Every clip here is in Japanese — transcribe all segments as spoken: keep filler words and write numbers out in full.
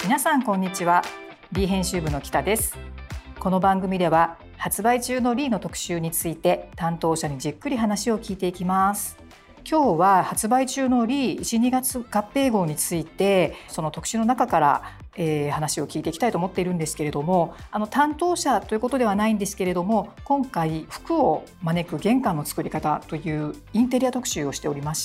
皆さんこんにちは。リー編集部の北です。この番組では発売中のリーの特集について担当者にじっくり話を聞いていきます。今日は発売中のリーいち、にがつ合併号についてその特集の中からえー、話を聞いていきたいと思っているんですけれども、あの担当者ということではないんですけれども、今回服を招く玄関の作り方というインテリア特集をしておりまして、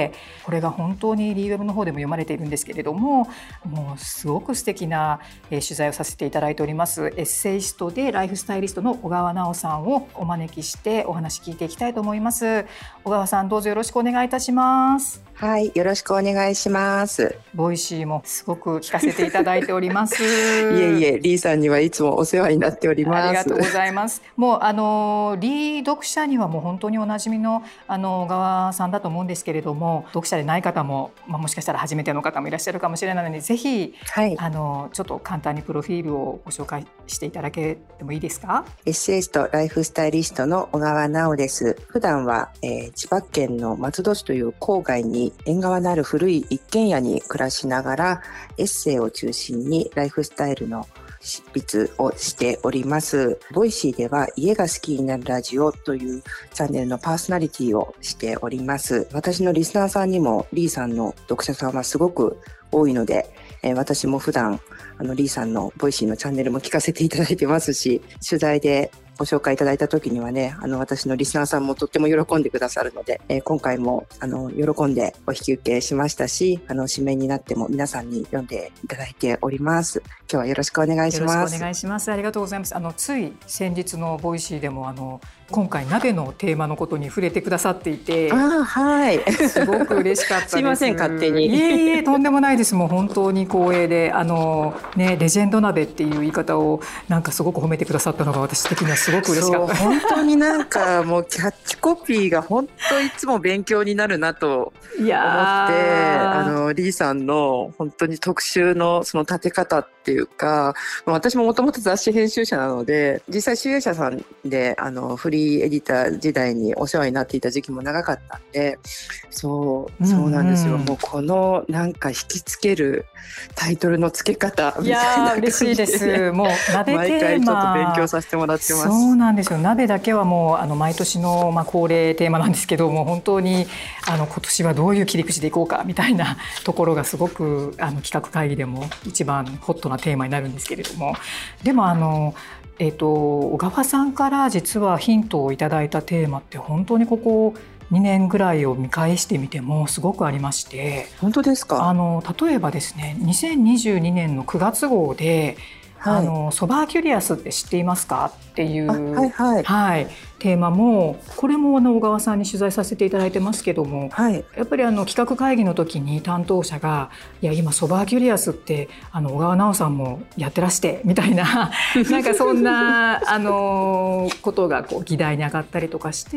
これが本当にリーウェブの方でも読まれているんですけれども、もうすごく素敵な、えー、取材をさせていただいておりますエッセイストでライフスタイリストの小川直さんをお招きしてお話聞いていきたいと思います。小川さん、どうぞよろしくお願いいたします。 はい、よろしくお願いします。 ボイシーもすごく聞かせていただいておりますいえいえ、リーさんにはいつもお世話になっております。 ありがとうございます。もうあのリー読者にはもう本当におなじみのあの小川さんだと思うんですけれども、読者でない方も、まあ、もしかしたら初めての方もいらっしゃるかもしれないので、ぜひ、はい、あのちょっと簡単にプロフィールをご紹介していただけてもいいですか？ エッセイストライフスタイリストの小川直です。普段は、えー、千葉県の松戸市という郊外に縁側のある古い一軒家に暮らしながら、エッセイを中心にライフスタイルの執筆をしております。ボイシーでは家が好きになるラジオというチャンネルのパーソナリティをしております。私のリスナーさんにもリーさんの読者さんはすごく多いので、えー、私も普段あのリーさんのボイシーのチャンネルも聞かせていただいてますし、取材でご紹介いただいた時にはね、あの私のリスナーさんもとっても喜んでくださるので、えー、今回もあの喜んでお引き受けしましたし、あの指名になっても皆さんに読んでいただいております。今日はよろしくお願いします。 よろしくお願いします。ありがとうございます。あのつい先日のボイシーでもあの今回鍋のテーマのことに触れてくださっていて、 あ、はい、 すごく嬉しかったです。 すいません、勝手に。 いえいえ、とんでもないです。もう本当に光栄で、あのね、レジェンド鍋っていう言い方をなんかすごく褒めてくださったのが私的にはすごく嬉しかった。 本当になんかもうキャッチコピーが本当いつも勉強になるなと思って、あのリーさんの本当に特集のその立て方っていうか、私ももともと雑誌編集者なので、実際集英社さんであのフリーエディター時代にお世話になっていた時期も長かったんで、そうそうなんですよ、うんうん、もうこのなんか引きつけるタイトルの付け方みたいな感じで、 いや嬉しいです。もう鍋テーマ毎回ちょっと勉強させてもらってます。 そうなんですよ。鍋だけはもうあの毎年の、まあ、恒例テーマなんですけども、本当にあの今年はどういう切り口でいこうかみたいなところがすごくあの企画会議でも一番ホットなテーマになるんですけれども、でもあのえーと、小川さんから実はヒントをいただいたテーマって本当にここにねんぐらいを見返してみてもすごくありまして。 本当ですか？ あの例えばですね、にせんにじゅうにねんのくがつ号で、はい、あのソバーキュリアスって知っていますかっていう、 はいはいはい、テーマも、これもあの小川さんに取材させていただいてますけども、はい、やっぱりあの企画会議の時に担当者がいや今ソバーキュリアスってあの小川直さんもやってらしてみたいななんかそんなあのことがこう議題に上がったりとかして、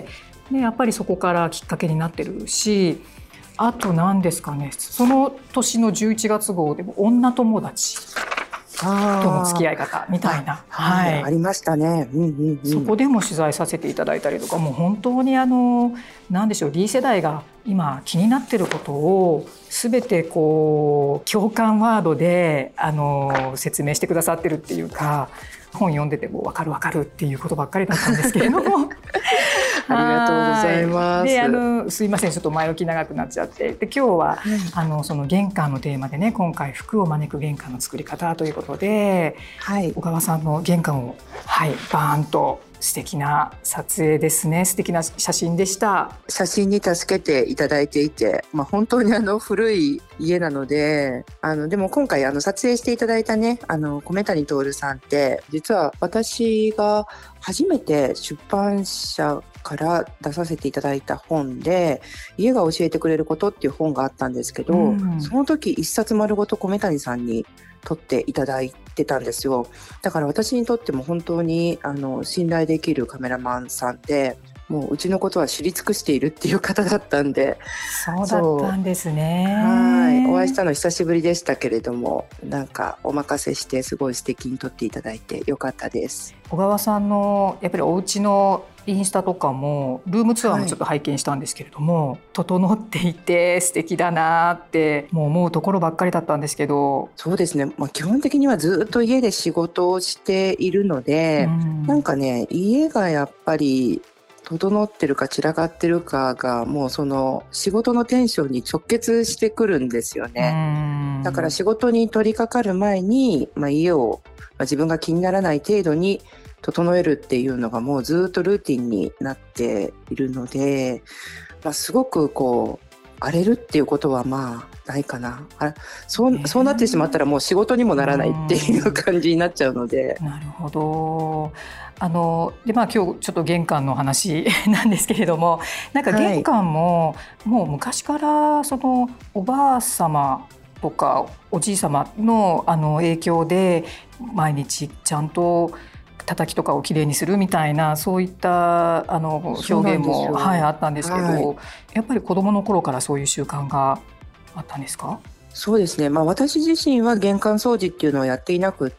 でやっぱりそこからきっかけになってるし、あと何ですかね、その年のじゅういちがつ号でも女友達との付き合い方みたいな、 はい、ありましたね、うんうんうん、 そこでも取材させていただいたりとか、もう本当にあの何でしょう、リー世代が今気になっていることを全てこう共感ワードであの説明してくださってるっていうか、本読んでても分かる分かるっていうことばっかりだったんですけれどもありがとうございます。 であのすいません、ちょっと前置き長くなっちゃって、で今日は、うん、あのその玄関のテーマでね、今回服を招く玄関の作り方ということで、はい、小川さんの玄関を、はい、バーンと素敵な撮影ですね。素敵な写真でした。 写真に助けていただいていて、まあ、本当にあの古い家なので、あのでも今回あの撮影していただいたね、あの米谷徹さんって実は私が初めて出版社から出させていただいた本で、家が教えてくれることっていう本があったんですけど、うん、その時一冊丸ごと米谷さんに撮っていただいてたんですよ。だから私にとっても本当にあの信頼できるカメラマンさんで、 もううちのことは知り尽くしているっていう方だったんで。 そうだったんですね。 はい、お会いしたの久しぶりでしたけれども、なんかお任せしてすごい素敵に撮っていただいてよかったです。 小川さんのやっぱりお家のインスタとかもルームツアーもちょっと拝見したんですけれども、はい、整っていて素敵だなってもう思うところばっかりだったんですけど。 そうですね、まあ、基本的にはずっと家で仕事をしているので、んなんかね、家がやっぱり整ってるか散らかってるかがもうその仕事のテンションに直結してくるんですよね。だから仕事に取り掛かる前に、まあ、家を、まあ、自分が気にならない程度に整えるっていうのがもうずっとルーティンになっているので、まあ、すごくこう荒れるっていうことはまあないかな。あ、そう、そうなってしまったらもう仕事にもならないっていう感じになっちゃうので。 なるほど。あのでまあ、今日ちょっと玄関の話なんですけれども、なんか玄関も、はい、もう昔からそのおばあ様とかおじい様のあの影響で毎日ちゃんと叩きとかをきれいにするみたいな、そういったあの表現も、はい、あったんですけど、はい、やっぱり子どもの頃からそういう習慣があったんですか？ そうですね、まあ、私自身は玄関掃除っていうのはやっていなくって、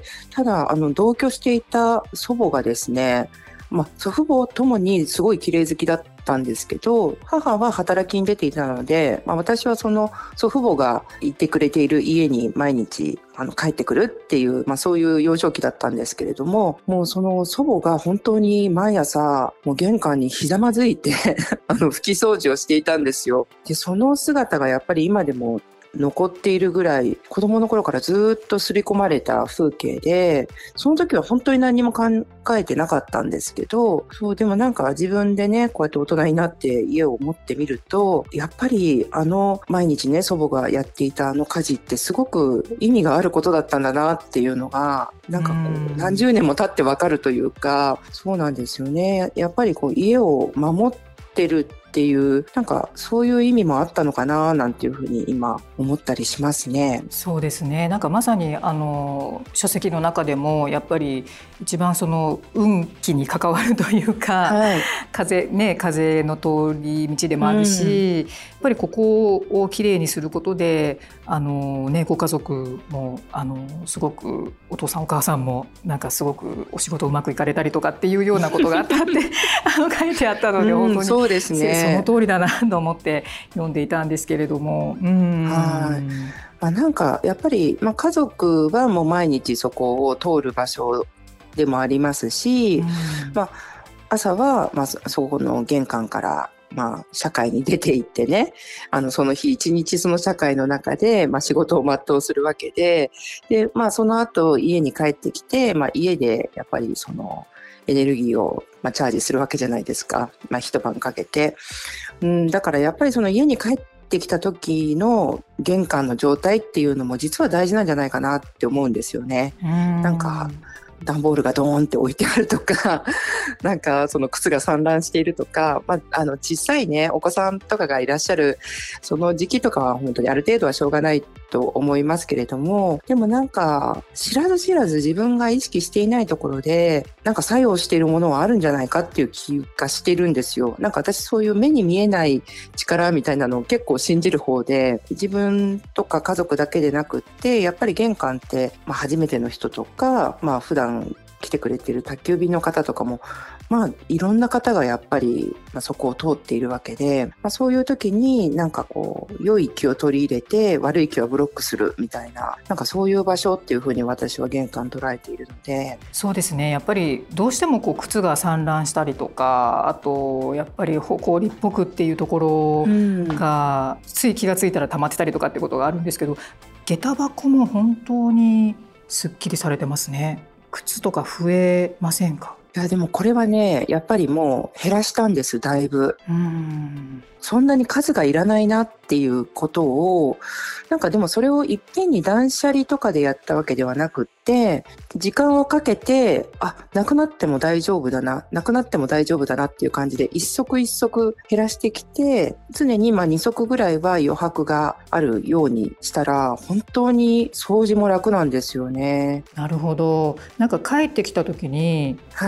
ただあの同居していた祖母がですね、まあ、祖父母ともにすごい綺麗好きだったんですけど、母は働きに出ていたので、まあ、私はその祖父母がいてくれている家に毎日あの帰ってくるっていう、まあ、そういう幼少期だったんですけれども、もうその祖母が本当に毎朝もう玄関にひざまずいてあの拭き掃除をしていたんですよ。で、その姿がやっぱり今でも残っているぐらい子供の頃からずっと刷り込まれた風景で、その時は本当に何も考えてなかったんですけど、そうでもなんか自分でね、こうやって大人になって家を持ってみると、やっぱりあの毎日ね、祖母がやっていたあの家事ってすごく意味があることだったんだなっていうのが、なんかこう何十年も経ってわかるというか、そうなんですよね。やっぱりこう家を守ってるっていう、なんかそういう意味もあったのかななんていうふうに今思ったりしますね。 そうですね、なんかまさにあの書籍の中でもやっぱり一番その運気に関わるというか、はい、風ね、風の通り道でもあるし、うん、やっぱりここをきれいにすることであの、ね、ご家族もあのすごくお父さんお母さんもなんかすごくお仕事うまくいかれたりとかっていうようなことがあったってあの書いてあったので、本当に、うん、 そうですね、 その通りだなと思って読んでいたんですけれども、うん、 はい、まあ、なんかやっぱり、まあ、家族はもう毎日そこを通る場所でもありますし、うん、まあ、朝はまあそこの玄関からまあ社会に出て行ってね、あのその日一日その社会の中でまあ仕事を全うするわけで、でまあその後家に帰ってきて、まあ家でやっぱりそのエネルギーをまあチャージするわけじゃないですか。まあ一晩かけて、うん、だからやっぱりその家に帰ってきた時の玄関の状態っていうのも実は大事なんじゃないかなって思うんですよね。んなんか段ボールがドーンって置いてあるとかなんかその靴が散乱しているとか、まあ、あの小さいねお子さんとかがいらっしゃるその時期とかは本当にある程度はしょうがないと思いますけれども、でもなんか知らず知らず自分が意識していないところでなんか作用しているものはあるんじゃないかっていう気がしてるんですよ。なんか私そういう目に見えない力みたいなのを結構信じる方で、自分とか家族だけでなくってやっぱり玄関って、まあ、初めての人とか、まあ、普段来てくれている宅急便の方とかも、まあ、いろんな方がやっぱり、まあ、そこを通っているわけで、まあ、そういう時になんかこう良い気を取り入れて悪い気はブロックするみたいな、なんかそういう場所っていうふうに私は玄関捉えているので。 そうですね、やっぱりどうしてもこう靴が散乱したりとか、あとやっぱり埃っぽくっていうところが、うん、つい気がついたら溜まってたりとかってことがあるんですけど、下駄箱も本当にすっきりされてますね。靴とか増えませんか？ いやでもこれはね、やっぱりもう減らしたんです、だいぶ。うーん、そんなに数がいらないなっていうことを、なんかでもそれをいっぺんに断捨離とかでやったわけではなくって、時間をかけて、あ、なくなっても大丈夫だな、なくなっても大丈夫だなっていう感じで一足一足減らしてきて、常にまあに足ぐらいは余白があるようにしたら、本当に掃除も楽なんですよね。 なるほど。なんか帰ってきた時に、 はい。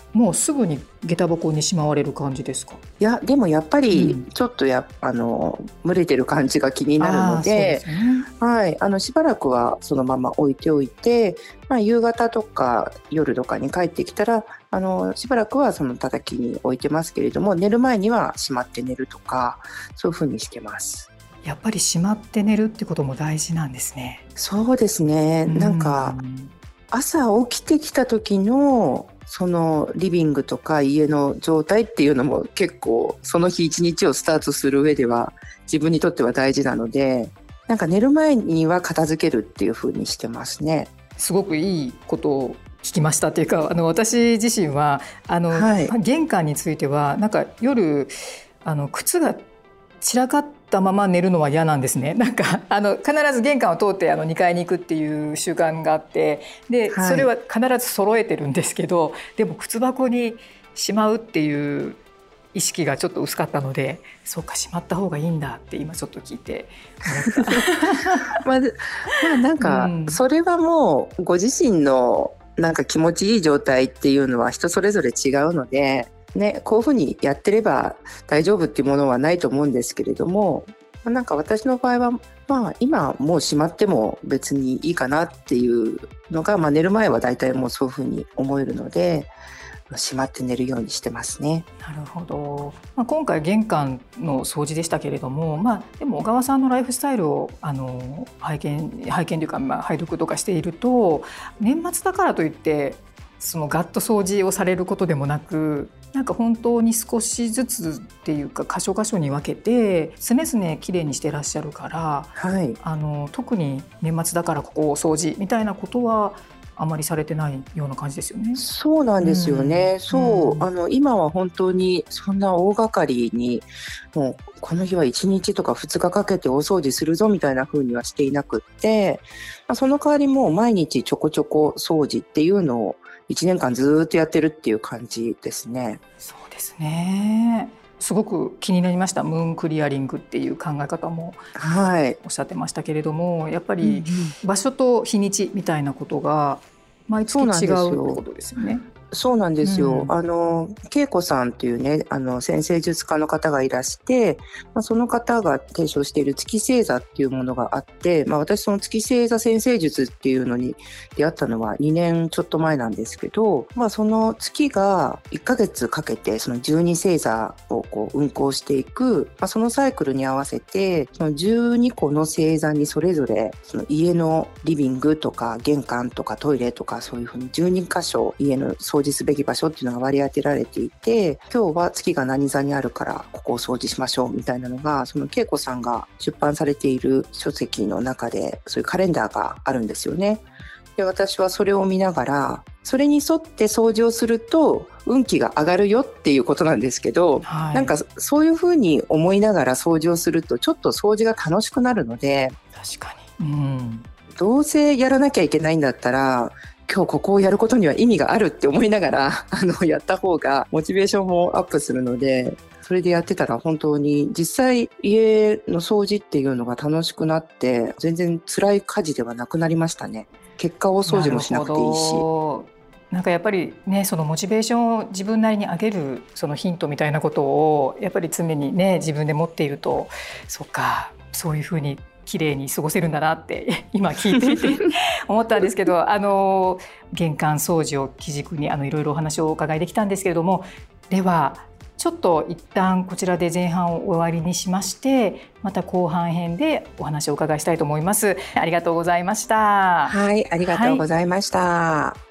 もうすぐに下駄箱にしまわれる感じですか？ いやでもやっぱりちょっとや、うん、あの蒸れてる感じが気になるので、ね、はい、あのしばらくはそのまま置いておいて、まあ、夕方とか夜とかに帰ってきたらあのしばらくはその叩きに置いてますけれども、寝る前にはしまって寝るとかそういう風にしてます。 やっぱりしまって寝るってことも大事なんですね。 そうですね、うん、なんか朝起きてきた時のそのリビングとか家の状態っていうのも結構その日一日をスタートする上では自分にとっては大事なので、なんか寝る前には片付けるっていう風にしてますね。 すごくいいことを聞きましたっていうか、あの私自身はあの、はい、玄関についてはなんか夜あの靴が散らかったまま寝るのは嫌なんですね。なんかあの必ず玄関を通ってあのにかいに行くっていう習慣があって、で、はい、それは必ず揃えてるんですけど、でも靴箱にしまうっていう意識がちょっと薄かったので、そうかしまった方がいいんだって今ちょっと聞いて思ったまあ、まあなんかそれはもうご自身のなんか気持ちいい状態っていうのは人それぞれ違うのでね、こういうふうにやってれば大丈夫っていうものはないと思うんですけれども、なんか私の場合は、まあ、今もうしまっても別にいいかなっていうのが、まあ、寝る前はだいたいもうそういうふうに思えるのでしまって寝るようにしてますね。 なるほど、まあ、今回玄関の掃除でしたけれども、まあ、でも小川さんのライフスタイルをあの拝見拝見というか、まあ、拝読とかしていると、年末だからといってそのガッと掃除をされることでもなく、なんか本当に少しずつっていうか箇所箇所に分けて常々きれいにしてらっしゃるから、 はい、 あの特に年末だからここを掃除みたいなことはあまりされてないような感じですよね。 そうなんですよね、うん、そう、うん、あの今は本当にそんな大掛かりにもうこの日はいちにちとかふつかかけて大掃除するぞみたいな風にはしていなくって、その代わりもう毎日ちょこちょこ掃除っていうのをいちねんかんずっとやってるっていう感じですね。 そうですね、すごく気になりました。ムーンクリアリングっていう考え方もおっしゃってましたけれども、はい、やっぱり場所と日にちみたいなことが毎月違うってことですよね。 そうなんですよ、うん、あの恵子さんというねあの先生術家の方がいらして、まあ、その方が提唱している月星座っていうものがあって、まあ、私その月星座先生術っていうのに出会ったのはにねんちょっと前なんですけど、まあ、その月がいっかげつかけてそのじゅうに星座をこう運行していく、まあ、そのサイクルに合わせてそのじゅうにこの星座にそれぞれその家のリビングとか玄関とかトイレとかそういうふうにじゅうにかしょ家の掃除すべき場所っていうのが割り当てられていて、今日は月が何座にあるからここを掃除しましょうみたいなのがその恵子さんが出版されている書籍の中でそういうカレンダーがあるんですよね。で、私はそれを見ながらそれに沿って掃除をすると運気が上がるよっていうことなんですけど、はい、なんかそういうふうに思いながら掃除をするとちょっと掃除が楽しくなるので、 確かに、うん、 どうせやらなきゃいけないんだったら今日ここをやることには意味があるって思いながらあのやった方がモチベーションもアップするので、それでやってたら本当に実際家の掃除っていうのが楽しくなって全然辛い家事ではなくなりましたね。結果大掃除もしなくていいし。 なんかやっぱりね、そのモチベーションを自分なりに上げるそのヒントみたいなことをやっぱり常にね自分で持っていると、そっかそういうふうに綺麗に過ごせるんだなって今聞いていて思ったんですけど、あの玄関掃除を基軸にあのいろいろお話をお伺いできたんですけれども、ではちょっと一旦こちらで前半を終わりにしまして、また後半編でお話をお伺いしたいと思います。ありがとうございました。 はい、ありがとうございました。はい。